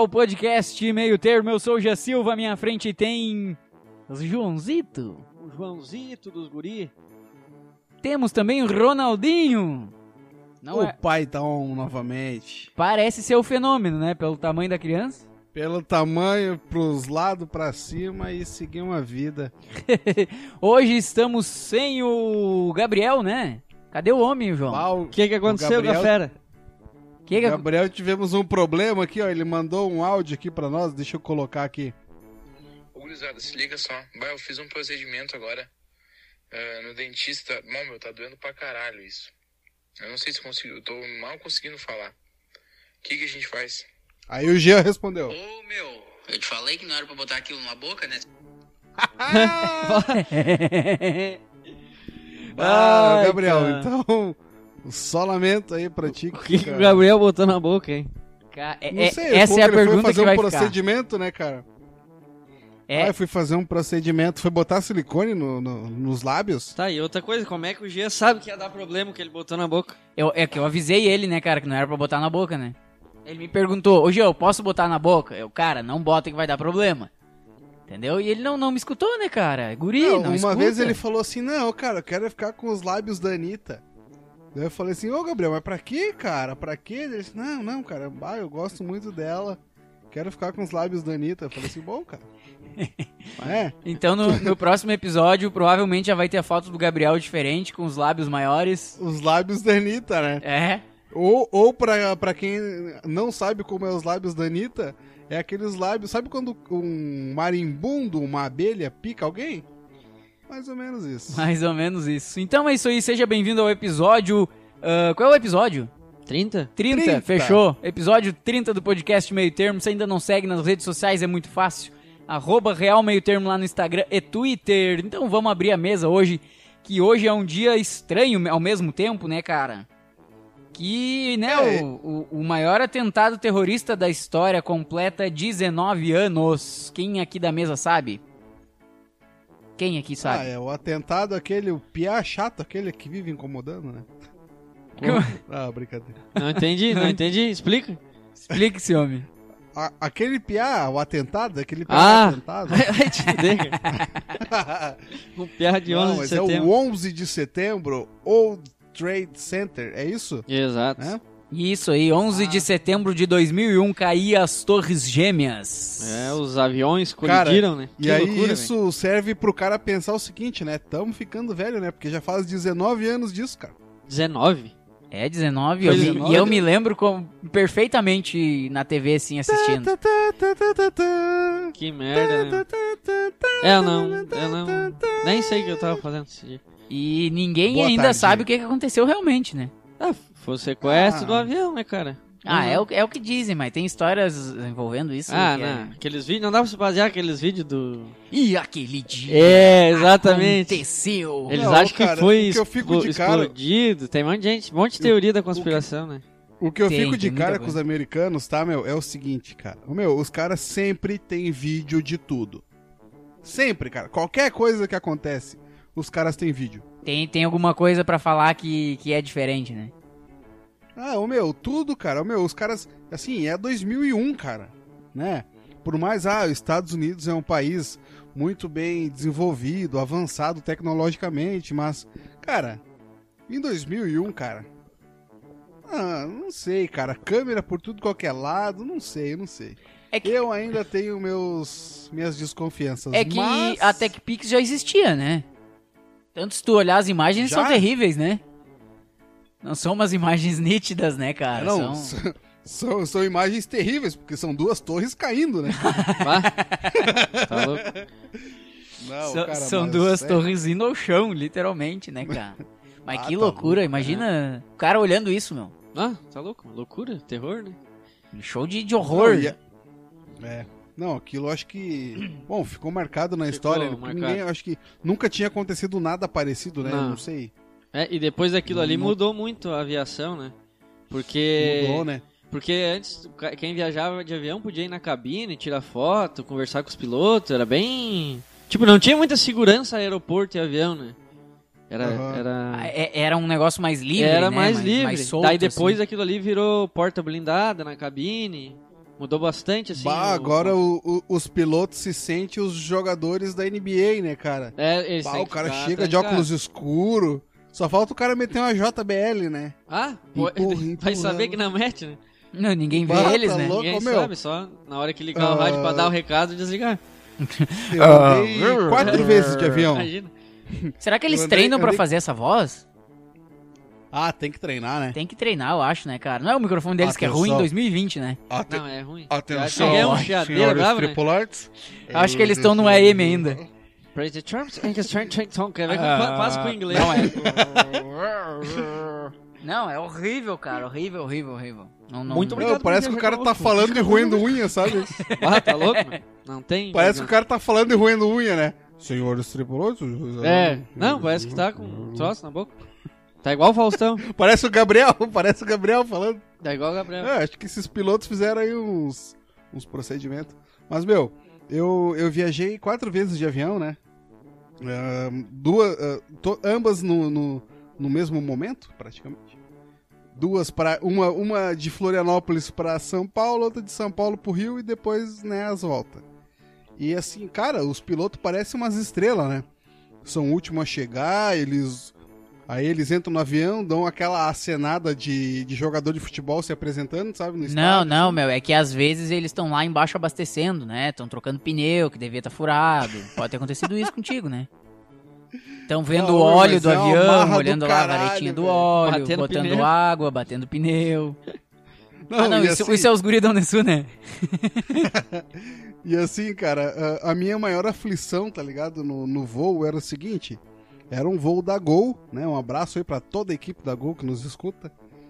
ao podcast Meio Termo. Eu sou o Gia Silva, à minha frente tem o Joãozito. O Joãozito dos guri. Temos também o Ronaldinho. Não o Python novamente. Parece ser o fenômeno, né? Pelo tamanho da criança. Pelo tamanho, pros lados, pra cima e seguir uma vida. Hoje estamos sem o Gabriel, né? Cadê o homem, João? O que aconteceu, Gafera? Gabriel, tivemos um problema aqui, ó. Ele mandou um áudio aqui pra nós. Deixa eu colocar aqui. Ô, gurizada, se liga só. Eu fiz um procedimento agora no dentista. Mano, meu, tá doendo pra caralho isso. Eu não sei se consigo, eu tô mal conseguindo falar. O que a gente faz? Aí o Jean respondeu. Ô, meu, eu te falei que não era pra botar aquilo na boca, né? Gabriel, cara. Então, só lamento aí pra ti. O que o Gabriel botou na boca, hein? Não sei, essa é a pergunta que vai ficar. Foi fazer um procedimento, né, cara? Eu fui fazer um procedimento, foi botar silicone nos lábios. Tá, e outra coisa, como é que o Gia sabe que ia dar problema que ele botou na boca? É que eu avisei ele, né, cara, que não era pra botar na boca, né? Ele me perguntou, ô Gia, eu posso botar na boca? Cara, não bota que vai dar problema. Entendeu? E ele não me escutou, né, cara? Guri, não escuta. Uma vez ele falou assim, não, cara, eu quero ficar com os lábios da Anitta. Daí eu falei assim, ô Gabriel, mas pra quê, cara? Pra quê? Ele disse, não, cara, eu gosto muito dela. Quero ficar com os lábios da Anitta. Eu falei assim, bom, cara. Então no próximo episódio provavelmente já vai ter a foto do Gabriel diferente, com os lábios maiores. Os lábios da Anitta, né? É. Ou pra quem não sabe como é os lábios da Anitta, é aqueles lábios... Sabe quando um marimbundo, uma abelha, pica alguém? Mais ou menos isso. Mais ou menos isso. Então é isso aí, seja bem-vindo ao episódio... qual é o episódio? 30? 30, fechou. Episódio 30 do podcast Meio Termo. Se ainda não segue nas redes sociais, é muito fácil. @Real Meio Termo lá no Instagram e Twitter. Então vamos abrir a mesa hoje, que hoje é um dia estranho ao mesmo tempo, né, cara? Que, né, o maior atentado terrorista da história completa 19 anos. Quem aqui da mesa sabe? Quem aqui sabe? É o atentado aquele, o piá chato, aquele que vive incomodando, né? Brincadeira. Não entendi. Explica. Explique-se, homem. Aquele piá, o atentado, aquele piá atentado. Vai te fuder, cara. Um piá de 11 de setembro. É o 11 de setembro, World Trade Center, é isso? Exato. Isso aí, 11 de setembro de 2001, caía as Torres Gêmeas. Os aviões colidiram, né? Que loucura, isso serve pro cara pensar o seguinte, né? Tamo ficando velho, né? Porque já faz 19 anos disso, cara. 19? É, 19. E eu me lembro perfeitamente na TV, assim, assistindo. Que merda, né? Eu não. Nem sei o que eu tava fazendo esse dia. E ninguém ainda sabe o que aconteceu realmente, né? Foi o sequestro do avião, né, cara? É o que dizem, mas tem histórias envolvendo isso. Não. Aqueles vídeos, não dá pra se basear aqueles vídeos do... E aquele dia exatamente. Aconteceu. Eles acham que foi explodido. Tem um monte de teoria da conspiração, né? O que eu fico de cara com os americanos, tá, meu, é o seguinte, cara. Os caras sempre têm vídeo de tudo. Sempre, cara. Qualquer coisa que acontece, os caras têm vídeo. Tem alguma coisa pra falar que é diferente, né? Tudo, cara. Os caras, assim, é 2001, cara, né? Por mais, os Estados Unidos é um país muito bem desenvolvido, avançado tecnologicamente, mas, cara, em 2001, cara, não sei, cara, câmera por tudo qualquer lado, não sei. Eu ainda tenho minhas desconfianças. É que a TechPix já existia, né? Tanto se tu olhar as imagens, são terríveis, né? Não são umas imagens nítidas, né, cara? Não, são imagens terríveis, porque são duas torres caindo, né? Tá louco? Não, são duas torres indo ao chão, literalmente, né, cara? Mas que loucura, imagina o cara olhando isso, meu. Tá louco, loucura, terror, né? Show de horror. Não, aquilo acho que... Bom, ficou marcado na história. Ninguém, acho que nunca tinha acontecido nada parecido, né? Não sei. E depois daquilo ali mudou muito a aviação, né? Porque... Mudou, né? Porque antes, quem viajava de avião podia ir na cabine, tirar foto, conversar com os pilotos, era bem... Tipo, não tinha muita segurança aeroporto e avião, né? Era um negócio mais livre, Era né? mais livre. Mais solto, daí depois assim. aquilo ali virou porta blindada na cabine. Mudou bastante, assim. Agora os pilotos se sentem os jogadores da NBA, né, cara? Eles têm O que cara ficar chega atrás de óculos escuros. Só falta o cara meter uma JBL, né? Vai empurrando. saber que não mete, né? Não, ninguém vê Bah, eles, tá né? louco. Ninguém meu. sabe, só na hora que ligar o rádio pra dar o recado e desligar. Eu andei 4 vezes de avião. Imagina. Será que eles Eu andei- treinam pra andei- fazer essa voz? Ah, tem que treinar, né? Tem que treinar, eu acho, né, cara? Não é o microfone deles que é ruim em Atenção. 2020, né? Não, é ruim. Atenção, É um chiadeira senhores bravo, né? tripulantes. Eu acho que eles estão no AM ainda. Praise the Trumps, vai quase com o inglês. Não, Não, é horrível, cara. Horrível. Não, Muito Não, obrigado parece por que o cara viajar tá conosco. falando e roendo unha, sabe? Ah, tá louco? Mano? Não tem. Parece que o cara tá falando e roendo unha, né? Senhores tripulantes. Não, parece que tá com um troço na boca. Tá igual o Faustão. Parece o Gabriel falando. Tá igual o Gabriel. Acho que esses pilotos fizeram aí uns procedimentos. Mas, meu, eu viajei 4 vezes de avião, né? Ambas no mesmo momento, praticamente. Uma de Florianópolis pra São Paulo, outra de São Paulo pro Rio e depois, né, as voltas. E assim, cara, os pilotos parecem umas estrelas, né? São o último a chegar, Aí eles entram no avião, dão aquela acenada de jogador de futebol se apresentando, sabe? No estádio, Não, assim. meu, é que às vezes eles estão lá embaixo abastecendo, né? Estão trocando pneu, que devia estar furado. Pode ter acontecido isso contigo, né? Estão vendo o óleo mas do é uma avião, marra do olhando lá a caralho, varetinha do velho. óleo, Batendo botando pneu. água, batendo pneu. Não, e isso, assim- isso é os guris da Unesul, né? E assim, cara, a minha maior aflição, tá ligado, no voo era o seguinte: era um voo da Gol, né? Um abraço aí pra toda a equipe da Gol que nos escuta.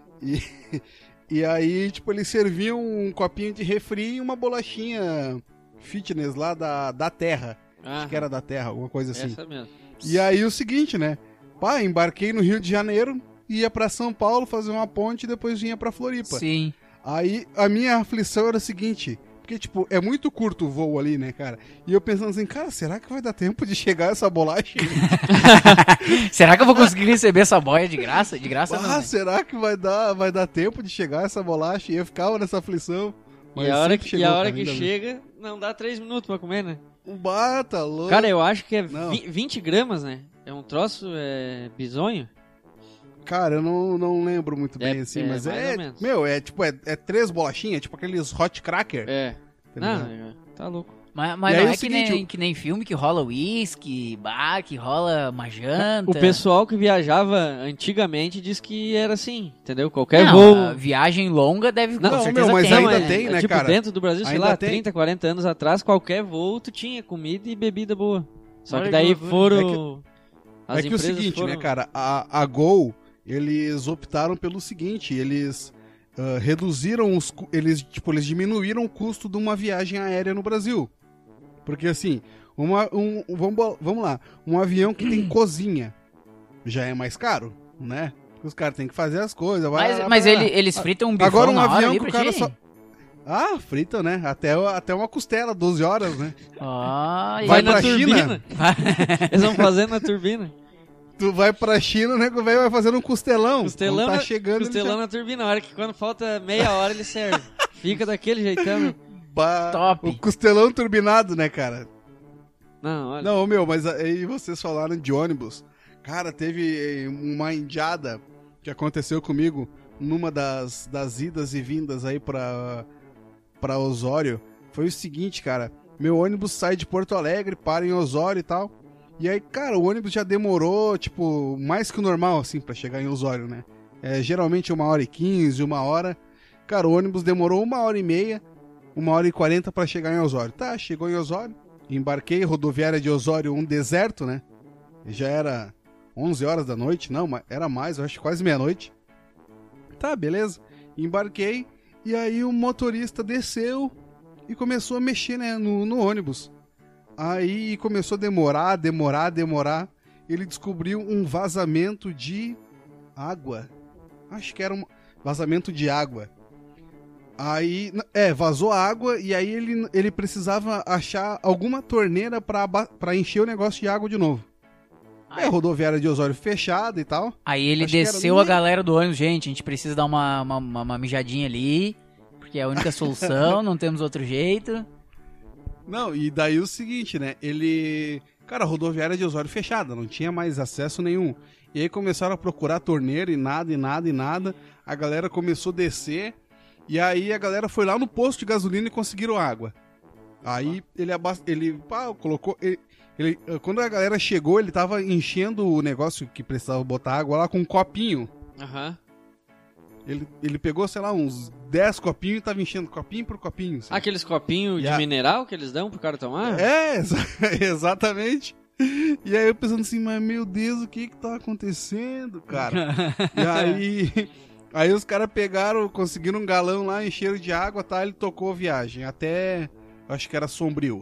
E aí, tipo, eles serviam um copinho de refri e uma bolachinha fitness lá da Terra. Acho que era da Terra, alguma coisa assim. Essa mesmo. E aí o seguinte, né? Pá, embarquei no Rio de Janeiro, ia pra São Paulo fazer uma ponte e depois vinha pra Floripa. Sim. Aí a minha aflição era o seguinte, porque, tipo, é muito curto o voo ali, né, cara? E eu pensando assim, cara, será que vai dar tempo de chegar essa bolacha? Será que eu vou conseguir receber essa boia de graça? De graça não, né? Será que vai dar tempo de chegar essa bolacha? E eu ficava nessa aflição. E a hora sempre que, chegou, cara, que ainda bem. chega, não dá 3 minutos pra comer, né? Tá louco. Cara, eu acho que é Não. 20 gramas, né? É um troço bizonho. Cara, eu não lembro muito bem, assim, mas mais ou menos. Meu, é tipo, é 3 bolachinhas, tipo aqueles hot cracker. É. Tá Não, ligado? tá louco. Mas E não aí é o que, seguinte, que nem filme que rola uísque, bar, que rola uma janta. O pessoal que viajava antigamente diz que era assim, entendeu? Qualquer Não, voo. a viagem longa deve Não, com certeza meu, mas tem. ainda né? tem, né, tipo, cara? dentro do Brasil, sei Ainda lá, tem. 30, 40 anos atrás, qualquer voo tu tinha comida e bebida boa. Só Olha que que daí loucura. foram... as É que o empresas seguinte, foram... né, cara, a Gol, eles optaram pelo seguinte, eles reduziram eles diminuíram o custo de uma viagem aérea no Brasil. Porque assim, vamos lá, um avião que tem cozinha já é mais caro, né? Porque os caras têm que fazer as coisas. Mas eles fritam um bifão Agora um na hora avião ali que o pra cara ti? só... Ah, fritam, né? Até uma costela, 12 horas, né? Ó, e Vai aí- pra China? turbina. Eles vão fazendo na turbina. Tu vai pra China, né? O velho vai fazendo um costelão. Costelão, Quando tá chegando, ele costelão na turbina. A hora que quando falta meia hora ele serve. Fica daquele jeitão. Top. O costelão turbinado, né, cara? Não, olha. Não, meu, mas aí vocês falaram de ônibus. Cara, teve uma indiada que aconteceu comigo numa das idas e vindas aí pra Osório. Foi o seguinte, cara. Meu ônibus sai de Porto Alegre, para em Osório e tal. E aí, cara, o ônibus já demorou, tipo, mais que o normal, assim, pra chegar em Osório, né? Geralmente 1h15, 1 hora. Cara, o ônibus demorou 1h30, 1h40 pra chegar em Osório. Tá, chegou em Osório. Embarquei, rodoviária de Osório, um deserto, né? Já era 11 horas da noite, não, mas era mais, eu acho quase meia-noite. Tá, beleza. Embarquei, e aí o motorista desceu e começou a mexer, né, no ônibus. Aí começou a demorar. Ele descobriu um vazamento de água. Acho que era um vazamento de água. Aí, vazou a água e aí ele precisava achar alguma torneira pra encher o negócio de água de novo. A rodoviária de Osório fechada e tal. Aí ele Acho que era desceu nem- a galera do ônibus, gente, a gente precisa dar uma mijadinha ali, porque que é a única solução, não temos outro jeito. Não, e daí o seguinte, né? Cara, a rodoviária de Osório fechada, não tinha mais acesso nenhum. E aí começaram a procurar torneira e nada. A galera começou a descer. E aí a galera foi lá no posto de gasolina e conseguiram água. Aí colocou... quando a galera chegou, ele tava enchendo o negócio que precisava botar água lá com um copinho. Aham. Ele pegou, sei lá, uns 10 copinhos e tava enchendo copinho por copinho. Assim. Aqueles copinhos de mineral que eles dão pro cara tomar? Exatamente. E aí eu pensando assim, mas meu Deus, o que tá acontecendo, cara? E aí os caras conseguiram um galão lá, encheram de água, tá? Ele tocou a viagem até, acho que era Sombrio.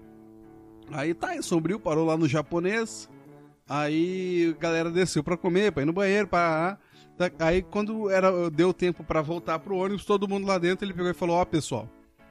Aí Sombrio parou lá no japonês, aí a galera desceu pra comer, pra ir no banheiro, aí quando deu tempo pra voltar pro ônibus, todo mundo lá dentro, ele pegou e falou, pessoal,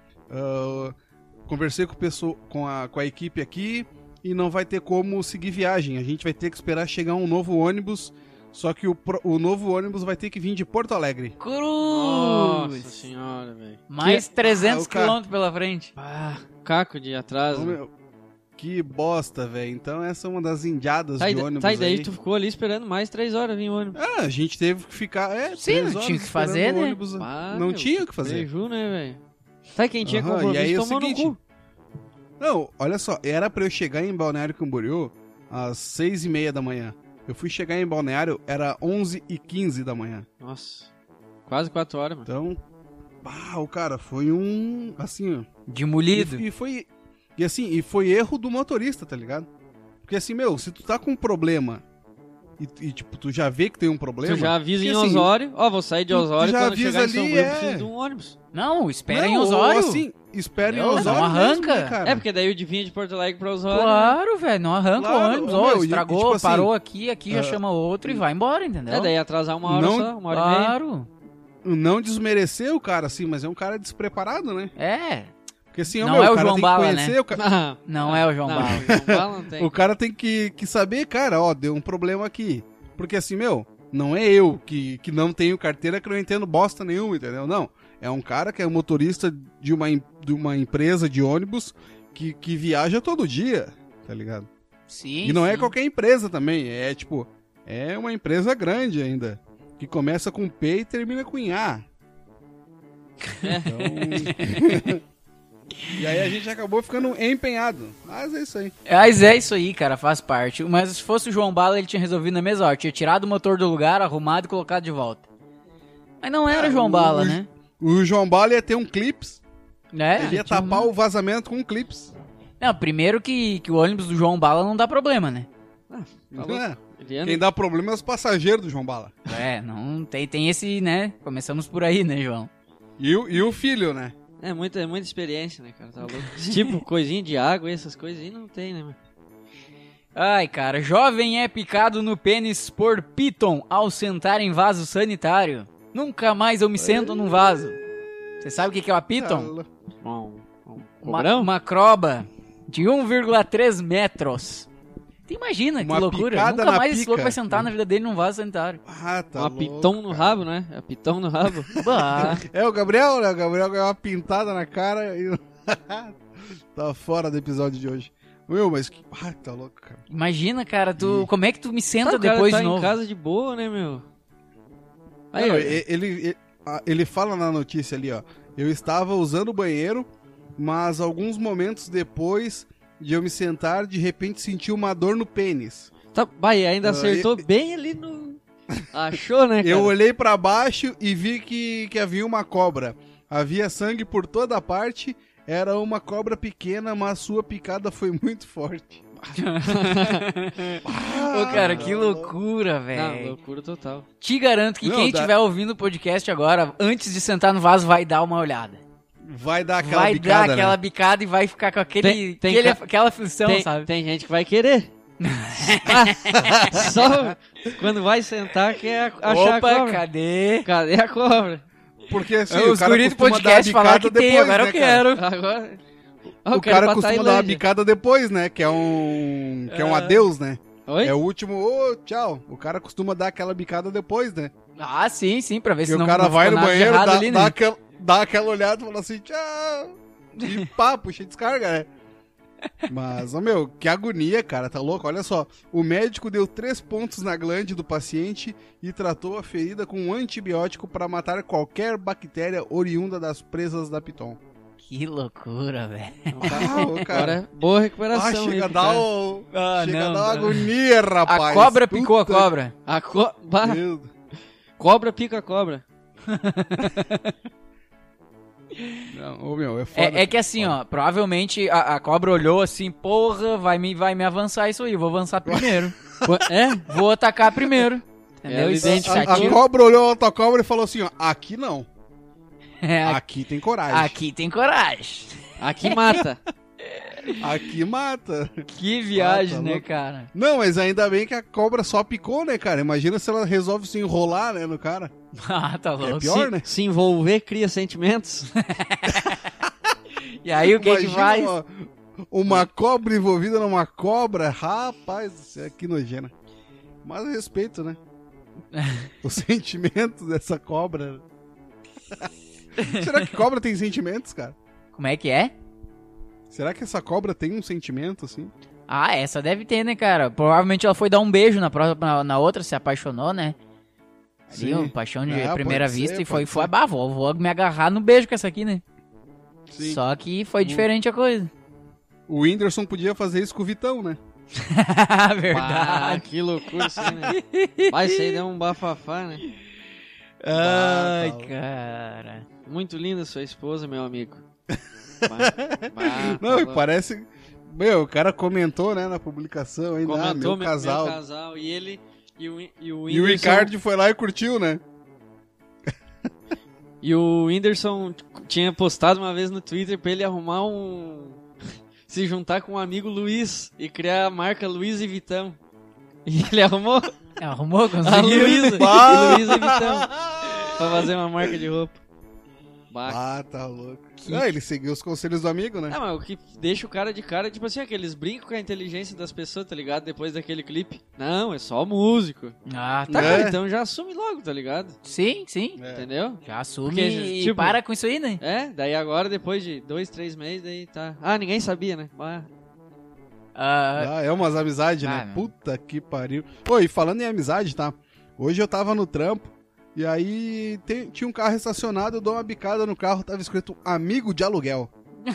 conversei com a equipe aqui e não vai ter como seguir viagem, a gente vai ter que esperar chegar um novo ônibus, só que o novo ônibus vai ter que vir de Porto Alegre. Cruz! Nossa senhora, velho. Mais 300 quilômetros pela frente. Caco de atraso. Que bosta, velho. Então essa é uma das indiadas de ônibus. E daí tu ficou ali esperando mais 3 horas vir o ônibus. A gente teve que ficar. Sim, não tinha o que fazer, né? Ônibus, não tinha o que fazer. Beijo, né, velho? Sabe quem tinha compromisso e aí tomou no cu. Não, olha só. Era pra eu chegar em Balneário Camboriú às 6h30 da manhã. Eu fui chegar em Balneário, era 11h15 da manhã. Nossa. Quase 4 horas, mano. Então, o cara foi um... assim, ó. Demolido. E foi erro do motorista, tá ligado? Porque assim, se tu tá com um problema e tipo, tu já vê que tem um problema... Tu já avisa em Osório, vou sair de Osório, já quando avisa chegar em São Paulo eu preciso de um ônibus. Não, espera em Osório. Assim, espera em Osório não arranca. mesmo, né, cara? É, porque daí eu vinha de Porto Alegre pra Osório. Claro, velho, não arranca o ônibus. Estragou, tipo assim, parou aqui já chama outro e vai embora, entendeu? Daí atrasar uma hora só, uma hora e meia. Claro. Não desmerecer o cara, assim, mas é um cara despreparado, né? Porque assim, não é o João Bala, né? Não é o João Bala. O João Bala não tem. O cara tem que saber, cara, deu um problema aqui. Porque assim, não é eu que não tenho carteira que não entendo bosta nenhuma, entendeu? Não. É um cara que é motorista de uma empresa de ônibus que viaja todo dia, tá ligado? Sim. E não é qualquer empresa também, é uma empresa grande ainda. Que começa com P e termina com A. Então... E aí a gente acabou ficando empenhado. Mas é isso aí. Mas é isso aí, cara, faz parte. Mas se fosse o João Bala, ele tinha resolvido na mesma hora. Tinha tirado o motor do lugar, arrumado e colocado de volta. Mas não era o João Bala, né? O João Bala ia ter um clips. Ele ia tinha tapar o vazamento com um clips. Não, primeiro que o ônibus do João Bala não dá problema, né? Quem dá problema é os passageiros do João Bala. Não tem esse, né? Começamos por aí, né, João? E o filho, né? É muita experiência, né, cara? Tá louco. Tipo, coisinha de água e essas coisas aí não tem, né, mano? Ai, cara, jovem é picado no pênis por piton ao sentar em vaso sanitário. Nunca mais eu me sento num vaso. Você sabe o que é uma piton? Uma croba de 1,3 metros. Tu imagina que loucura. Nunca mais esse louco vai sentar na vida dele num vaso sanitário. Tá uma piton no rabo, né? É pitão no rabo. O Gabriel, né? O Gabriel ganhou uma pintada na cara e... tá fora do episódio de hoje. Mas que... tá louco, cara. Imagina, cara, como é que tu me senta depois de novo? Em casa de boa, né, meu? Aí, ele fala na notícia ali, ó. Eu estava usando o banheiro, mas alguns momentos depois de eu me sentar, de repente senti uma dor no pênis. Ainda acertou bem ali no... Achou, né, cara? Eu olhei pra baixo e vi que havia uma cobra. Havia sangue por toda parte. Era uma cobra pequena, mas sua picada foi muito forte. Cara, que loucura, velho. Loucura total. Te garanto que quem estiver ouvindo o podcast agora, antes de sentar no vaso, vai dar uma olhada. Vai dar aquela vai bicada, dar aquela bicada e vai ficar com aquela aflição, sabe? Tem gente que vai querer. Só quando vai sentar quer achar a cobra. Cadê a cobra? Porque assim, os guri do podcast falar que tem, agora eu quero. Agora... O cara costuma dar uma bicada depois, né? Que é um adeus, né? Oi? É o último, tchau. O cara costuma dar aquela bicada depois, né? Sim, pra ver se o não cara vai no banheiro, ali, dá né? dá aquela olhada e fala assim, tchau. E pá, puxa descarga, né? Mas, ô meu, que agonia, cara, tá louco? Olha só, o médico deu 3 pontos na glande do paciente e tratou a ferida com um antibiótico para matar qualquer bactéria oriunda das presas da Piton. Que loucura, velho. Ô, cara. Agora, boa recuperação. Chega aí a pro dar cara. o... chega não, a dar uma não. agonia, rapaz. A cobra picou a Puta cobra. Bah, Deus. cobra pica cobra. Não, ô meu, é foda. É que assim, ó, provavelmente a cobra olhou assim, porra, vai me avançar isso aí, eu vou avançar primeiro. Vou atacar primeiro. Entendeu? Ela Isso, identificou. A cobra olhou a outra cobra e falou assim, ó, aqui não. É, Aqui tem coragem. aqui tem coragem. Aqui mata. Aqui mata. Que viagem, tá né, louco. cara? Não, mas ainda bem que a cobra só picou, né, cara? Imagina se ela resolve se enrolar, né, no cara. Ah, tá É louco. pior, né? Se envolver cria sentimentos. E aí o que que Imagina faz? uma cobra envolvida numa cobra. Rapaz, isso é que nojena. Mas eu respeito, né? Os sentimentos dessa cobra. Será que cobra tem sentimentos, cara? Como é que é? Será que essa cobra tem um sentimento, assim? Ah, essa deve ter, né, cara? Provavelmente ela foi dar um beijo na outra, se apaixonou, né? Ali, ó, paixão de primeira pode ser, vista e pode foi, ser. vou me agarrar no beijo com essa aqui, né? Sim. Só que foi diferente a coisa. O Whindersson podia fazer isso com o Vitão, né? Ah, Verdade. que loucura isso aí, né? Vai, isso aí deu um bafafá, né? Ai, tá. cara. Muito linda sua esposa, meu amigo. Não, e parece... Meu, o cara comentou, né, na publicação ainda, Comentou meu casal. Meu casal. E ele... E o E o Whindersson... Ricardo foi lá e curtiu, né? E o Whindersson tinha postado uma vez no Twitter pra ele arrumar se juntar com um amigo Luiz e criar a marca Luiz e Vitão. E ele arrumou Arrumou, a conseguiu? Luísa Bah! e Luiz e Vitão pra fazer uma marca de roupa. Bah. Ah, tá louco. Ah, ele seguiu os conselhos do amigo, né? Ah, mas o que deixa o cara de cara, tipo assim, aqueles brincam com a inteligência das pessoas, tá ligado? Depois daquele clipe. Não, é só músico. Ah, Tá, tá. É. cara, então já assume logo, tá ligado? Sim, sim. É. Entendeu? Já assume Porque, e tipo- para com isso aí, né? É, daí agora, depois de 2, 3 meses, daí tá... Ah, ninguém sabia, né? Ah, Ah, Ah, é umas amizades, Ah, né? não. Puta que pariu. Ô, e falando em amizade, tá? Hoje eu tava no trampo e aí tinha um carro estacionado, eu dou uma bicada no carro, tava escrito amigo de aluguel.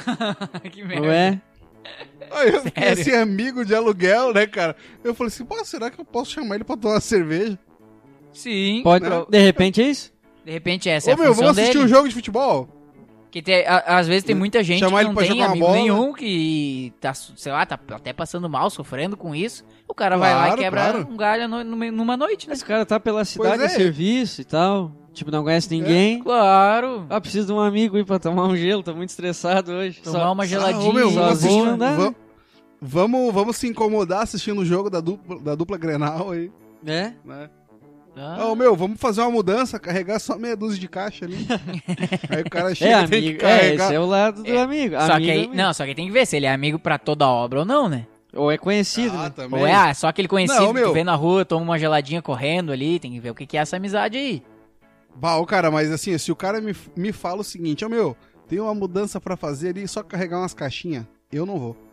que merda. ué? Aí eu fiquei Sério? assim, amigo de aluguel, né, cara? Eu falei assim, pô, será que eu posso chamar ele pra tomar uma cerveja? Sim. Pode... Né? De repente é isso? De repente essa é Ô, a meu, função vamos assistir dele. um jogo de futebol? Que às vezes tem muita gente Chamar que ele não pra tem jogar uma amigo bola. nenhum, que tá, sei lá, tá até passando mal, sofrendo com isso. O cara vai lá e Claro, quebra claro. um galho numa noite, né? Esse cara tá pela cidade é. a serviço e tal. Tipo, não conhece ninguém. Claro. Ah, preciso de um amigo aí pra tomar um gelo, tô muito estressado hoje. Tomar uma geladinha. ô, meu, vamos sozinho assistir. não dá, né? Vamos se incomodar assistindo o jogo da dupla Grenal aí, É? né? Ah, Ô, meu, vamos fazer uma mudança, carregar só meia dúzia de caixa ali. Aí o cara chega É e tem que amigo. carregar. Esse é o lado do amigo. só Amigo que é aí, amigo. não, só que tem que ver se ele é amigo pra toda obra ou não, né? Ou é conhecido, Ah, né? também. Ou é só aquele conhecido Não, que meu. tu vê na rua, toma uma geladinha correndo ali, tem que ver o que é essa amizade aí. Bah, ô, cara, mas assim, se o cara me fala o seguinte, ô meu, tem uma mudança pra fazer ali, só carregar umas caixinhas, eu não vou.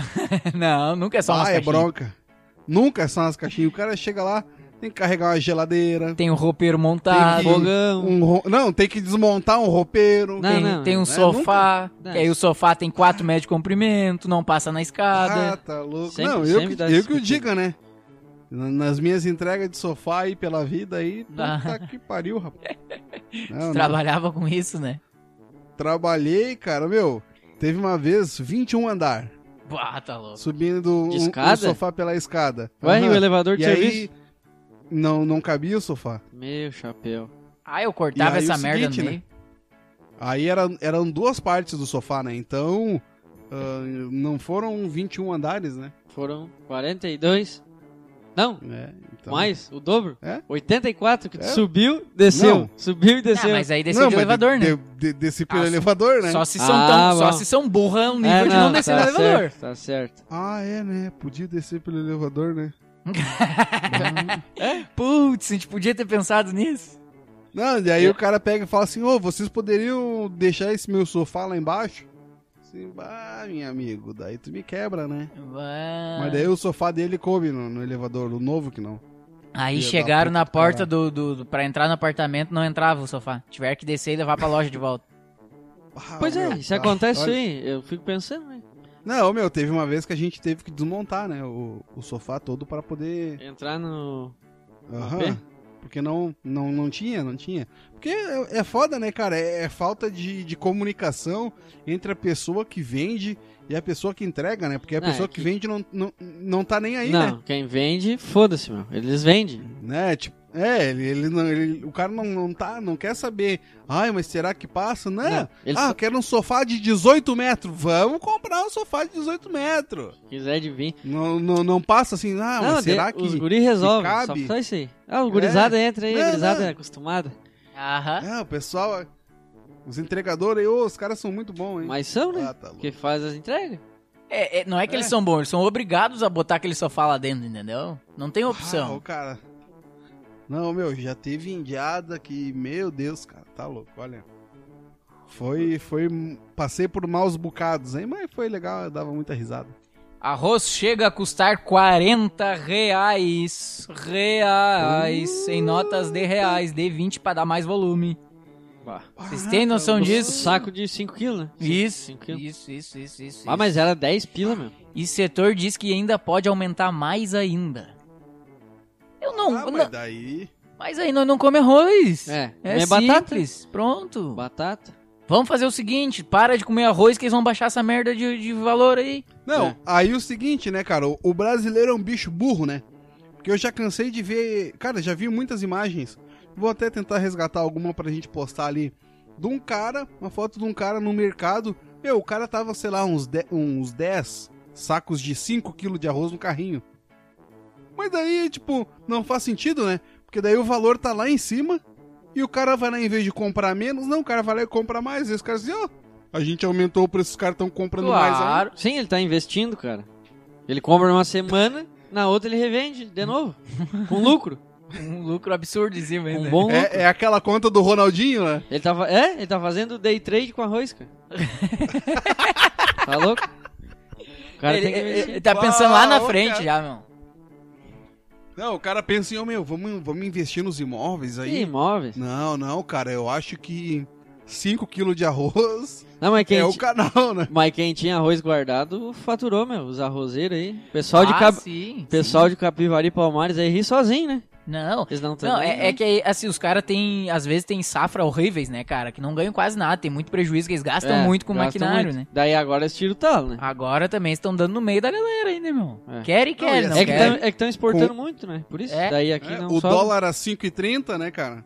Não, nunca é só umas Ah, é caixinhas. bronca. Nunca é só umas caixinhas. O cara chega lá, tem que carregar uma geladeira. Tem um roupeiro montado, Tem que- Fogão. Não, tem que desmontar um roupeiro. Não, tem um né, sofá, nunca. que aí o sofá tem 4 metros de comprimento, não passa na Ah, escada. tá louco. Sempre- não, eu sempre dá que esse o diga, né? Nas minhas entregas de sofá aí pela vida aí, puta Ah. que pariu, rapaz. Não, não. Trabalhava com isso, né? Trabalhei, cara, meu. Teve uma vez 21 andar, Bah, tá louco. subindo De um escada? sofá pela escada. Ué, e Aham. o elevador de E serviço? aí, não cabia o sofá. Meu chapéu. Ah, eu cortava E aí essa o merda seguinte, no né? meio. Aí eram duas partes do sofá, né? Então, não foram 21 andares, né? Foram 42. Não, É, então... mais, o dobro. É? 84, que tu É? subiu, desceu. Não. Subiu e desceu. Ah, mas aí desceu Não, de mas elevador, né? Desci pelo Ah, elevador, né? Só se são Ah, só bom. se são burra o nível de não descer no tá elevador. certo, tá certo. Ah, é, né? Podia descer pelo elevador, né? Putz, a gente podia ter pensado nisso. Não, e aí o cara pega e fala assim, ô, vocês poderiam deixar esse meu sofá lá embaixo? Assim, meu amigo, daí tu me quebra, né? Mas daí o sofá dele coube no elevador, o novo que não. Aí Filha chegaram da na puta, porta pra entrar no apartamento, não entrava o sofá. Tiveram que descer e levar pra loja de volta. Pois é, meu, isso tá. acontece Olha- aí. Eu fico pensando, né? Não, meu, teve uma vez que a gente teve que desmontar, né, o sofá todo para poder... Entrar no... Aham. quê? Porque não tinha. Porque é foda, né, cara? É falta de comunicação entre a pessoa que vende e a pessoa que entrega, né? Porque a Não, pessoa é que que- vende não tá nem aí, Não, quem vende, foda-se, meu. Eles vendem. né? Tipo, o cara não quer saber. Ai, mas será que passa? Não. Ele Eu só- quero um sofá de 18 metros. Vamos comprar um sofá de 18 metros. Se quiser de vir. Não passa assim, mas será que os guri resolvem, só cabe? faz isso aí. O gurizada entra aí, Não, a gurizada não. é acostumada. Aham. O pessoal, os entregadores aí, os caras são muito bons, hein? Mas são, né? Ah, tá louco. Que faz as entregas. Não é que eles são bons, eles são obrigados a botar aquele sofá lá dentro, entendeu? Não tem opção. Ô, cara. Não, meu, já teve indiada que, meu Deus, cara, tá louco, olha. Passei por maus bocados, hein, mas foi legal, eu dava muita risada. Arroz chega a custar 40 reais. Em notas de reais, de 20 pra dar mais volume. Vocês têm noção O disso? saco de 5 quilos, né? Isso, 5 quilos. isso. Mas era 10 pila, meu. E o setor diz que ainda pode aumentar mais ainda. Eu não... Mas daí... Mas aí nós não comemos arroz. É simples. Pronto. Batata. Vamos fazer o seguinte, para de comer arroz que eles vão baixar essa merda de valor aí. Não, aí o seguinte, né, cara, o brasileiro é um bicho burro, né? Porque eu já cansei de ver... Cara, já vi muitas imagens. Vou até tentar resgatar alguma pra gente postar ali. De um cara, uma foto de um cara no mercado. Meu, o cara tava, sei lá, uns 10 sacos de 5 kg de arroz no carrinho. Mas daí, tipo, não faz sentido, né? Porque daí o valor tá lá em cima e o cara vai lá, em vez de comprar menos, não, o cara vai lá e compra mais. E os caras dizem, a gente aumentou o preço, os caras estão comprando mais ainda. Claro. Sim, ele tá investindo, cara. Ele compra numa semana, na outra ele revende de novo. Com lucro. Um lucro absurdo em cima ainda. Um bom lucro. É aquela conta do Ronaldinho, né? Ele tá fazendo day trade com arroz, cara. Tá louco? O cara tem que investir. Ele tá pensando lá na Uau, frente cara. já, meu. Não, o cara pensa em, vamos investir nos imóveis E aí. imóveis. Não, cara, eu acho que 5 kg de arroz Não, mas quem, é o canal, né? mas quem tinha arroz guardado faturou, meu. Os arrozeiros aí. Pessoal Sim. Pessoal de Capivari e Palmares aí ri sozinho, né? Não, Eles não não, é que assim, os caras têm, às vezes tem safra horríveis, né, cara, que não ganham quase nada, tem muito prejuízo, que eles gastam muito com o gastam maquinário, muito. né. Daí agora eles tiram o talo, né? Agora também estão dando no meio da galera ainda, meu. É. Querem, Não, não e querem. É que estão exportando muito, né? Por isso. É. Daí aqui não O sobra. dólar a 5,30, né, cara?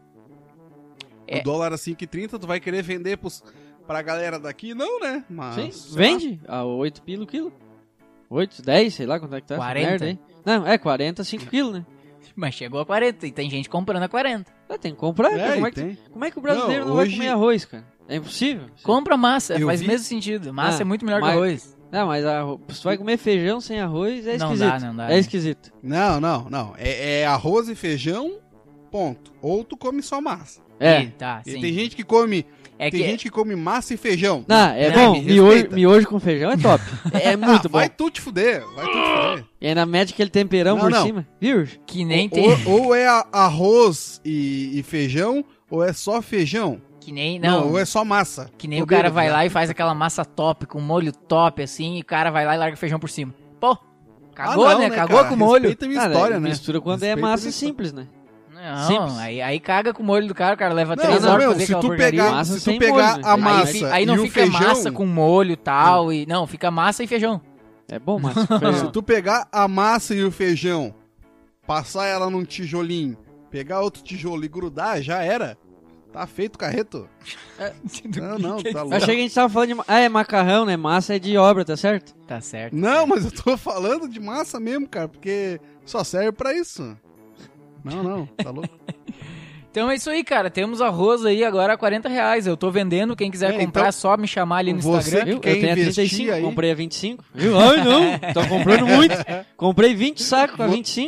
É. O dólar a 5,30, tu vai querer vender pra galera daqui? Não, né? Mas, Sim, sei lá. vende a 8 pila o quilo. 8, 10, sei lá quanto é que tá. essa 40. merda aí. Não, é 40, 5 quilos, né? Mas chegou a 40 e tem gente comprando a 40. Tem que comprar, cara. É, Como é que o brasileiro não, Não, vai hoje- comer arroz, cara? É impossível. Compra massa, Eu faz vi- mesmo sentido. Massa Ah, é muito melhor que mas- arroz. Não, mas se tu vai comer feijão sem arroz, é Não esquisito. dá, não dá, É né? esquisito. Não. É arroz e feijão, ponto. Ou tu come só massa. É. E, tá, E sim. tem gente que come... É Tem que gente que come massa e feijão. Não, é Não, bom. me respeita. Miojo com feijão é top. É muito bom. Vai tu te fuder, vai tu te fuder. E ainda mete aquele temperão Não, por não. cima. Viu? que nem tem... Ou é arroz e feijão, ou é só feijão. Que nem... Não, Não, ou é só massa. que nem Tô o cara bêbado vai já. lá e faz aquela massa top, com molho top, assim, e o cara vai lá e larga feijão por cima. Pô, cagou, não, né? Cagou cara? com o molho. Respeita a minha Ah, história, né? Mistura quando é Respeita a massa minha história. simples, né? Não, Simples. aí caga com o molho do cara, o cara leva Não, 3 não, horas meu, pra fazer se aquela tu porcaria. pegar, Massa se tu sem pegar molho, né? a Aí massa Aí não e o fica feijão, massa com molho e tal, e não, fica massa e feijão. É bom massa com se feijão. tu pegar a massa e o feijão, passar ela num tijolinho, pegar outro tijolo e grudar, já era. Tá feito o carreto. Não, tá Eu louco. achei que a gente tava falando de... Ah, é macarrão, né? Massa é de obra, tá certo? Tá certo. Não, mas eu tô falando de massa mesmo, cara, porque só serve pra isso. Não, tá louco. Então é isso aí, cara. Temos arroz aí agora a 40 reais. Eu tô vendendo. Quem quiser É, comprar, então, é só me chamar ali no você Instagram. que Eu quer tenho a investir 35, aí? comprei a 25. Viu? Ai, não. Tô comprando muito. Comprei 20 sacos a 25.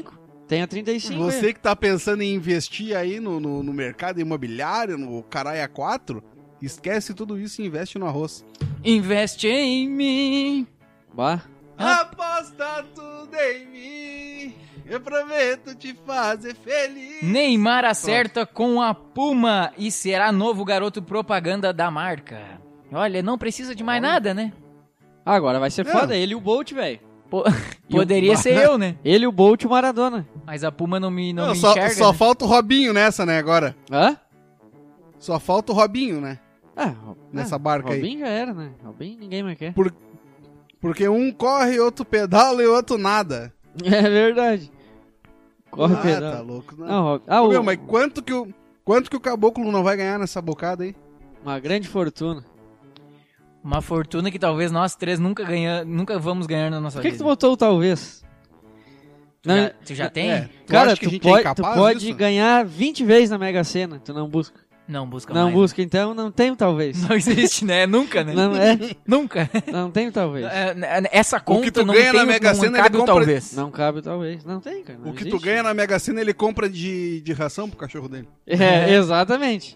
Tenho 35. Você que tá pensando em investir aí no mercado imobiliário, no Caralho 4, esquece tudo isso e investe no arroz. Investe em mim. Bah. Aposta tudo em mim, eu prometo te fazer feliz. Neymar acerta com a Puma e será novo garoto propaganda da marca. Olha, não precisa de mais nada, né? Agora vai ser Não. foda. Ele e o Bolt, velho. Poderia ser eu, né? Ele, o Bolt e o Maradona. Mas a Puma não me Só enxerga. só né? falta o Robinho nessa, né, agora. Hã? Só falta o Robinho, né, Ah, nessa barca aí. Robin já era, né? Robin ninguém mais quer. Porque um corre, outro pedala e outro nada. É verdade. Corre pedal. Tá louco, né? Não, Ô, meu, mas quanto que o caboclo não vai ganhar nessa bocada aí? uma grande fortuna. Uma fortuna que talvez nós três nunca vamos ganhar na nossa Por que tu vida. botou o talvez? Não, Tu já tem? É, tu cara, acha que a tu gente é pode, incapaz tu pode disso? ganhar 20 vezes na Mega Sena. Tu não busca. Não busca Não mais. busca, então não tem o talvez. Não existe, né? Nunca, né? Não é, Nunca. não tem o talvez. Essa conta que tu não ganha tem, na Mega não Sena, cabe ele o compra- talvez. Não cabe o talvez. Não tem, cara. não O que tu existe. ganha na Mega Sena, ele compra de ração pro cachorro dele. É, exatamente.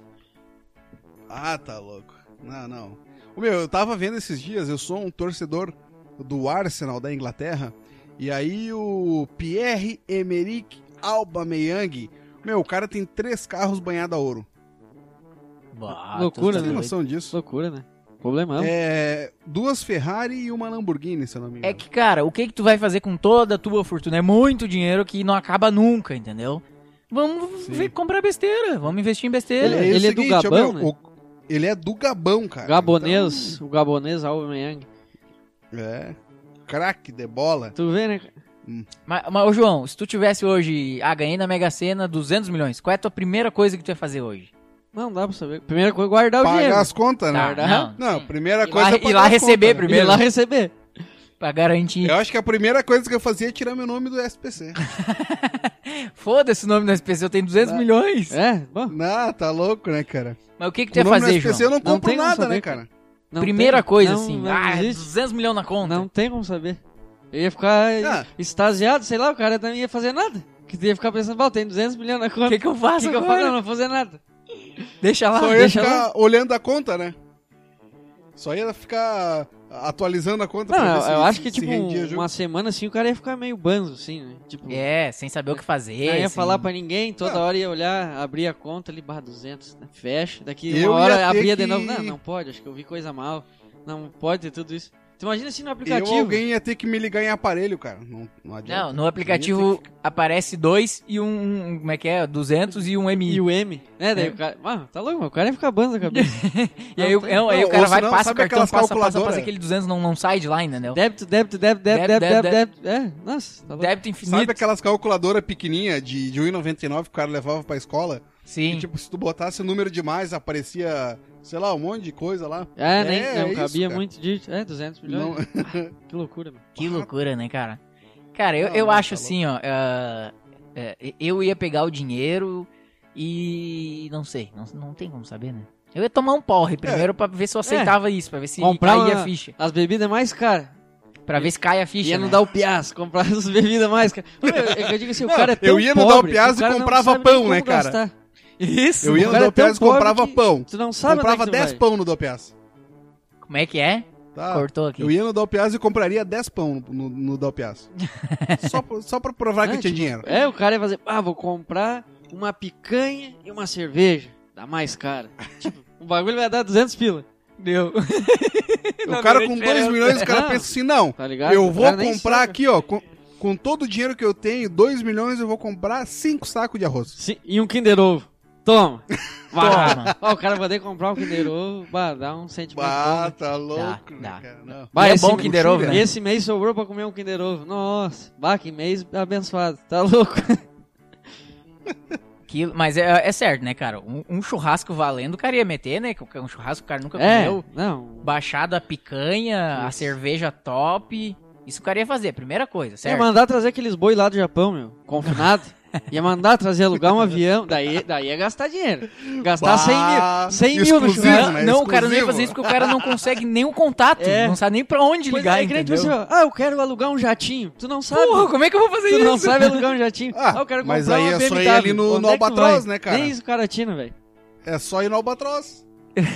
Ah, tá louco. Não. Ô, meu, eu tava vendo esses dias, eu sou um torcedor do Arsenal da Inglaterra, e aí o Pierre-Emerick Aubameyang, meu, o cara tem 3 carros banhados a ouro. Bah, Loucura, tu tá Você tem doido. noção disso? Loucura, né? Problemão. É, 2 Ferrari e uma Lamborghini, se eu não me engano. É que, cara, o que tu vai fazer com toda a tua fortuna? É muito dinheiro que não acaba nunca, entendeu? Vamos comprar besteira, vamos investir em besteira. aí ele é do Gabão, meu, né? Ele é do Gabão, cara. Gabonês, o gabonês Aubameyang. Então, craque de bola. Tu vê, né? Mas, ô João, se tu tivesse hoje, ganhei na Mega Sena 200 milhões, qual é a tua primeira coisa que tu ia fazer hoje? Não dá pra saber. Primeira coisa, guardar o Pagar dinheiro. as contas, né? Tá, Não, sim. primeira Ir coisa lá- é pagar ir lá as receber contas, né? primeiro. Ir lá receber. Pra garantir. Eu acho que a primeira coisa que eu fazia é tirar meu nome do SPC. Foda-se o nome do SPC, eu tenho 200 milhões. É, bom. Não, tá louco, né, cara? Mas o que tu Com ia o nome fazer, do SPC João? eu não compro tem como nada, saber, né, cara? Não Primeira tem- coisa, não- assim, não existe. 200 milhões na conta. Não tem como saber. Eu ia ficar Ah. extasiado, sei lá, o cara não ia fazer nada. Que tu ia ficar pensando, pô, tem 200 milhões na conta. O que eu faço O que eu agora? faço? Não, não vou fazer nada. Deixa lá. Só ia deixa ficar olhando a conta, né? Só ia ficar atualizando a conta pra ver Não, eu acho que se tipo rendia jogo. uma semana assim o cara ia ficar meio banzo, assim, né? Tipo, É, sem saber o que fazer. não ia assim. falar pra ninguém, toda Não. hora ia olhar, abrir a conta ali, barra 200, né? Fecha, daqui Eu uma hora ia ter abria de que- novo. Não, não pode, acho que eu vi coisa mal. Não pode ter tudo isso. Tu imagina assim no Eu, aplicativo. alguém ia ter que me ligar em aparelho, cara. Não adianta. Não, no aplicativo aparece 2 e como é que é? 200 e um MI. E o M, né? Daí É. o cara. Ah, tá louco, o cara ia ficar banzo na cabeça. E aí, Não tem. aí o Não, cara ou vai, senão, passa o sabe cartão, aquelas passa, calculadoras? aquele 200 não sai de lá, entendeu? Débito. É, nossa, tá louco. Débito infinito. Sabe aquelas calculadoras pequenininhas de 1,99 que o cara levava pra escola? Sim. E, tipo, se tu botasse o número demais, aparecia, sei lá, um monte de coisa lá. É, nem É, não é isso, cabia cara. muito de. 200 milhões. Não- Que loucura, mano. Que loucura, né, cara? Cara, eu, Não, eu não, acho tá assim, ó. Eu ia pegar o dinheiro e. Não sei, não tem como saber, né? Eu ia tomar um porre primeiro pra ver se eu aceitava isso, pra ver se Comprar caía uma- a ficha. As bebidas mais caras. Pra ver se cai a ficha. Ia né? não dar o piás, comprar as bebidas mais caras. Eu digo assim, o cara é tão eu ia no Dar o pobre Piás que o e cara não comprava sabe pão, nem como né, cara? gastar. Isso. Eu ia O no cara é tão Dopias e pobre comprava que pão. Tu não sabe Comprava onde é que tu 10 vai. pão no Dopias. Como é que é? Tá? Cortou aqui. Eu ia no Dopias e compraria 10 pão no Dopias. só pra provar que É, tinha tipo, dinheiro. É, o cara ia fazer, vou comprar uma picanha e uma cerveja. Dá mais cara. Tipo, o bagulho vai dar 200 pila. Deu. O cara com 2 milhões, o cara Não. pensa assim, não, Tá ligado? eu O vou cara nem comprar sabe. aqui, ó, com todo o dinheiro que eu tenho, 2 milhões, eu vou comprar 5 sacos de arroz. Sim, e um Kinder Ovo. Toma. Toma. Ó, o cara vai poder comprar um Kinder Ovo, dá um sentimento bom, né? Tá louco, Dá. né, cara? Não. Bah, E é esse bom Kinder Ovo, né? Esse mês sobrou pra comer um Kinder Ovo. Nossa, que mês abençoado. Tá louco. Mas é certo, né, cara? Um churrasco valendo, o cara ia meter, né? Um churrasco que o cara nunca comeu. Não. Baixado a picanha, a Isso. cerveja top. Isso o cara ia fazer, primeira coisa, É certo? mandar trazer aqueles boi lá do Japão, meu. Confinado. Ia mandar trazer, alugar um avião, daí ia gastar dinheiro. Gastar 100 mil no exclusivo, churrasco. né? Não, o cara não ia Exclusivo. fazer isso porque o cara não consegue nenhum contato. É. Não sabe nem pra onde Pois ligar, é, que nem tu entendeu? assim, ó, eu quero alugar um jatinho. Tu não sabe. Porra, como é que eu vou fazer Tu isso? não sabe alugar um jatinho. Ah, eu quero mas comprar aí uma é só ir BMW. ali no Onde é que tu Albatroz, vai? né, cara? Nem isso o cara atina, velho. É só ir no Albatroz.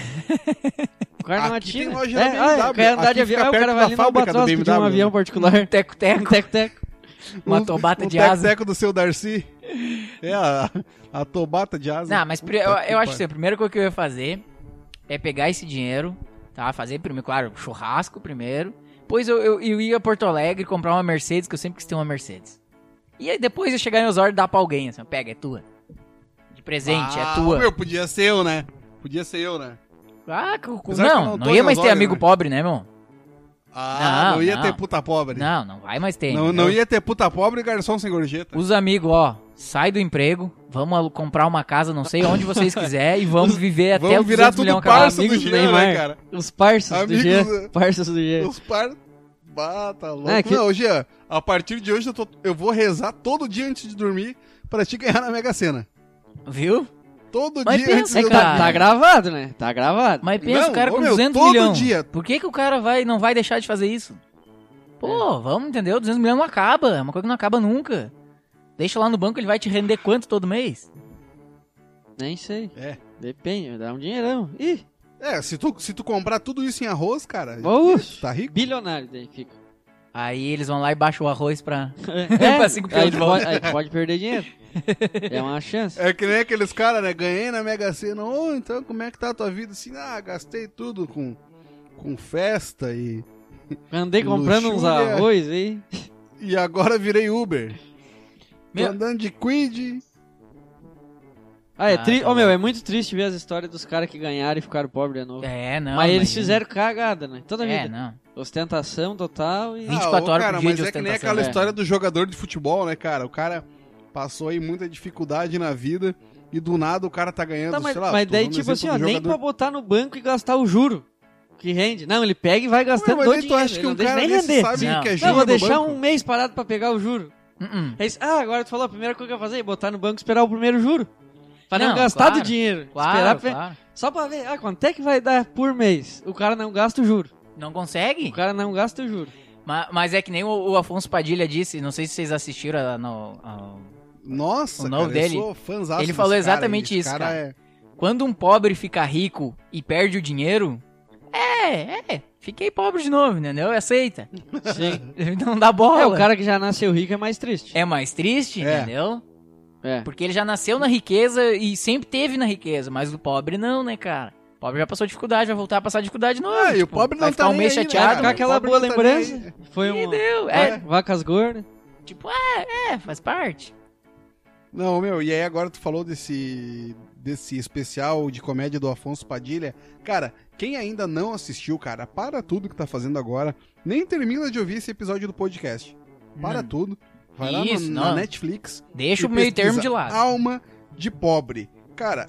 O cara não Aqui tem atina. loja da BMW. Eu quero andar de Aqui avião. fica Aí o cara perto vai da ali no fábrica do Albatroz pedir um BMW. avião particular. Teco-teco. Um teco-teco. Uma tobata de o asa. teco do seu Darcy. É a tobata de asa. Não, mas Puta eu que acho pariu. que a primeira coisa que eu ia fazer é pegar esse dinheiro, tá? Fazer primeiro, claro, churrasco primeiro. Depois eu ia a Porto Alegre comprar uma Mercedes, que eu sempre quis ter uma Mercedes. E aí depois eu chegar em Osório e dar pra alguém, assim, pega, é tua. De presente, é tua. Meu, podia ser eu, né? Podia ser eu, né? Ah, Apesar que eu não, não tô não ia em mais ter Osório, amigo né? pobre, né, meu? Ah, Não, não ia não. ter puta pobre. Não vai mais ter. Não entendeu? ia ter puta pobre e garçom sem gorjeta. Os amigos, ó, sai do emprego, vamos comprar uma casa, não sei onde vocês quiserem, e vamos viver até Vamos os virar 200 tudo milhões parça do amigos do Jean, Neymar. né, cara? Os parças do Amigos, G. Parças do G. Os par... Tá louco. É, que- Não, Jean, a partir de hoje eu vou rezar todo dia antes de dormir pra te ganhar na Mega Sena. Viu? Todo Mas dia pensa, antes de eu cara. Tá gravado, né? Tá gravado. Mas pensa, Não, o cara ô, com meu, 200 todo milhões. dia. Por que o cara não vai deixar de fazer isso? Pô, vamos, entendeu? 200 milhões não acaba. É uma coisa que não acaba nunca. Deixa lá no banco, ele vai te render quanto todo mês? Nem sei. É. Depende, dá um dinheirão. Ih, É, se tu comprar tudo isso em arroz, cara, Oxe. tá rico? bilionário daí fica. Aí eles vão lá e baixam o arroz pra... É, Pra 5 pilas aí de tu volta. pode, aí tu pode perder dinheiro. É uma chance. É que nem aqueles caras, né? Ganhei na Mega Sena. Ô, então como é que tá a tua vida? Assim, gastei tudo com festa e Andei comprando uns Luxúria. arroz aí. agora virei Uber. Tô Meu- andando de Quid. Ah, tá é muito triste ver as histórias dos caras que ganharam e ficaram pobres de novo. É, não. mas eles fizeram cagada, né? Toda a É, vida. não. Ostentação total e... 24 horas cara, por dia mas de é que nem ostentação, aquela é. história do jogador de futebol, né, cara? O cara passou aí muita dificuldade na vida e do nada o cara tá ganhando, Tá, mas, sei lá... mas tô daí, dando tipo assim, exemplo ó, do nem jogador- pra botar no banco e gastar o juro que rende. Não, ele pega e vai gastando Mas do aí tu dinheiro. acha que ele um não deixa cara nem desse render. sabe Não. o que é Não, juro vou no deixar banco? um mês parado pra pegar o juro. Aí, agora tu falou, a primeira coisa que eu ia fazer é botar no banco e esperar o primeiro juro. Pra não, Não, gastar claro, do dinheiro. Claro, Esperar claro. Só pra ver, quanto é que vai dar por mês? O cara não gasta o juro. Não consegue? O cara não gasta o juro. Mas é que nem o Afonso Padilha disse, não sei se vocês assistiram Nossa, O novo cara, dele, eu sou fãzaço ele falou desse cara exatamente aí. isso, Esse cara. é... Quando um pobre fica rico e perde o dinheiro, fiquei pobre de novo, entendeu? Aceita. Sim. Não dá bola. O cara que já nasceu rico é mais triste. É mais triste, É. entendeu? É. Porque ele já nasceu na riqueza e sempre teve na riqueza, mas o pobre não, né, cara? O pobre já passou dificuldade, vai voltar a passar dificuldade de novo. e o pobre não vai ficar tá um mês nem aí, né, chateado. cara? Com aquela O pobre boa não tá lembrança. nem aí. Foi E um... deu, Vacas gordas. tipo, faz parte. Não, meu, e aí agora tu falou desse especial de comédia do Afonso Padilha. Cara, quem ainda não assistiu, cara, para tudo que tá fazendo agora. Nem termina de ouvir esse episódio do podcast. Para tudo. Vai lá Isso, na não. Netflix. Deixa e o meio termo pesquisa de lado. Alma de Pobre. Cara,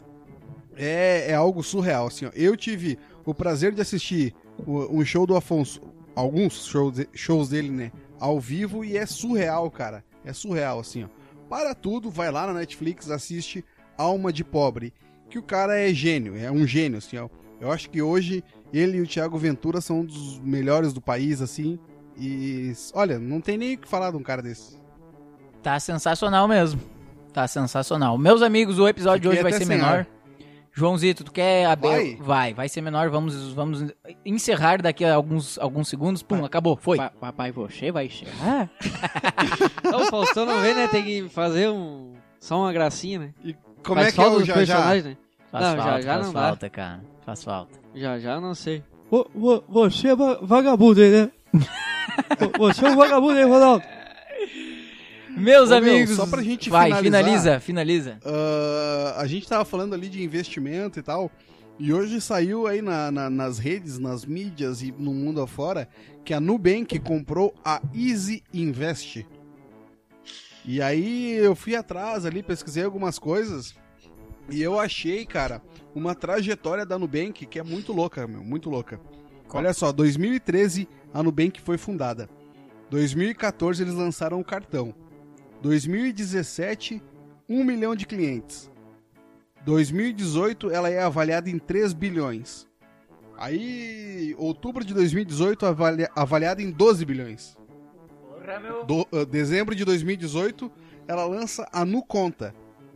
é algo surreal, assim, ó. Eu tive o prazer de assistir um show do Afonso, alguns shows dele, né, ao vivo, e é surreal, cara. É surreal, assim, ó. Para tudo, vai lá na Netflix, assiste Alma de Pobre, que o cara é gênio, é um gênio, assim, ó. Eu acho que hoje ele e o Thiago Ventura são um dos melhores do país, assim, e, olha, não tem nem o que falar de um cara desse. Tá sensacional mesmo. Tá sensacional. Meus amigos, o episódio de Fiquei hoje vai até ser sem menor. ar. Joãozito, tu quer abrir? Vai? Vai ser menor. Vamos encerrar daqui a alguns segundos. Pum, acabou. Foi. Papai, você vai encerrar? Não, o Faustão não vem, né? Tem que fazer só uma gracinha, né? E como Faz é que é falta o dos já? personagens, né? Faz Não, falta, já faz não dá. falta, cara. Faz falta. Já eu não sei. Você é vagabundo aí, né? Você é um vagabundo aí, Ronaldo. Meus Ô, meu, amigos, só pra gente vai, finalizar. finaliza. A gente tava falando ali de investimento e tal, e hoje saiu aí nas redes, nas mídias e no mundo afora, que a Nubank comprou a Easy Invest. E aí eu fui atrás ali, pesquisei algumas coisas, e eu achei, cara, uma trajetória da Nubank que é muito louca, meu, muito louca. Olha só, 2013 a Nubank foi fundada. 2014 eles lançaram o cartão. 2017 1 milhão de clientes. 2018, ela é avaliada em 3 bilhões. Aí, outubro de 2018, avaliada em 12 bilhões. Porra, meu. Dezembro de 2018, ela lança a NuConta.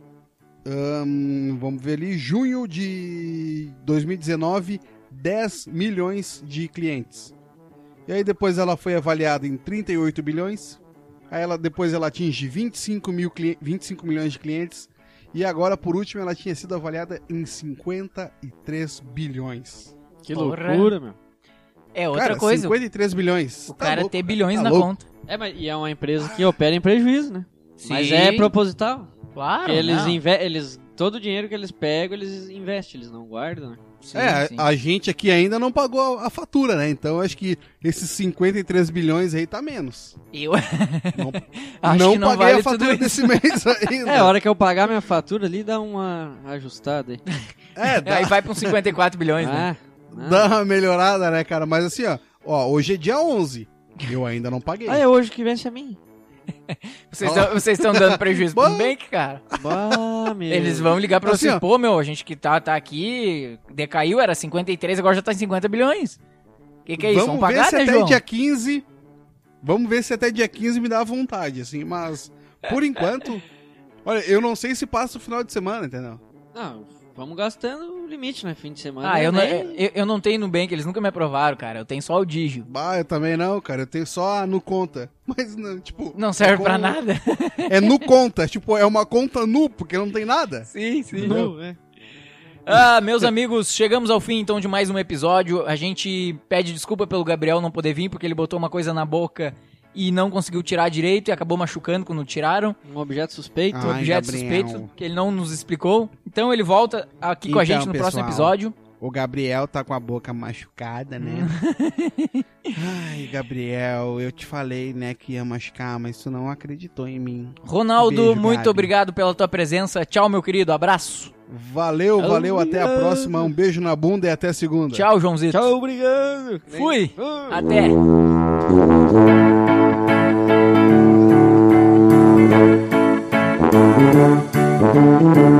Vamos ver ali, junho de 2019, 10 milhões de clientes. E aí depois ela foi avaliada em 38 bilhões. Aí depois ela atinge 25 milhões de clientes. E agora, por último, ela tinha sido avaliada em 53 bilhões. Que Porra. loucura, meu. É outra Cara, coisa. 53 bilhões. O cara louco, ter bilhões tá na louco. conta. E é uma empresa que opera em prejuízo, né? Mas Sim. é proposital. Claro. Porque não. eles todo o dinheiro que eles pegam, eles investem, eles não guardam, né? Sim, sim. A gente aqui ainda não pagou a fatura, né? Então acho que esses 53 bilhões aí tá menos. Eu Não, acho não que não paguei vale a fatura tudo desse mês ainda. É, a hora que eu pagar minha fatura ali, dá uma ajustada aí. Dá, Aí vai pra uns 54 bilhões, né? dá uma melhorada, né, cara? Mas assim, ó, hoje é dia 11. Eu ainda não paguei. É hoje que vence a mim. Vocês estão dando prejuízo pro Bom. Nubank, cara. Bah, meu. Eles vão ligar pra Assim, vocês. ó. Pô, meu, a gente que tá aqui, decaiu, era 53, agora já tá em 50 bilhões. Que é isso? Vamos Vamos ver pagar, se né, até João? dia 15. Vamos ver se até dia 15 me dá vontade, assim, mas por enquanto, olha, eu não sei se passa o final de semana, entendeu? Não, vamos gastando o limite, né? Fim de semana. Ah, né? eu não tenho Nubank, eles nunca me aprovaram, cara. Eu tenho só o Digio. Bah, eu também não, cara, eu tenho só a NuConta. Mas, não, tipo... Não serve é pra como- nada. É NuConta, tipo, é uma conta nu, porque não tem nada. Sim, sim. Nu, é. Ah, meus amigos, chegamos ao fim então de mais um episódio. A gente pede desculpa pelo Gabriel não poder vir, porque ele botou uma coisa na boca e não conseguiu tirar direito e acabou machucando quando tiraram. Um objeto suspeito. Ah. Um Ai, objeto Gabriel. suspeito que ele não nos explicou. Então ele volta aqui com a Então, gente no próximo pessoal. episódio. O Gabriel tá com a boca machucada, né? Ai, Gabriel, eu te falei, né, que ia machucar, mas tu não acreditou em mim. Ronaldo, Beijo, muito Gabi. obrigado pela tua presença. Tchau, meu querido. Abraço. Valeu, até a próxima. Um beijo na bunda e até segunda. Tchau, Joãozito. Tchau, obrigado. Fui. Até. Thank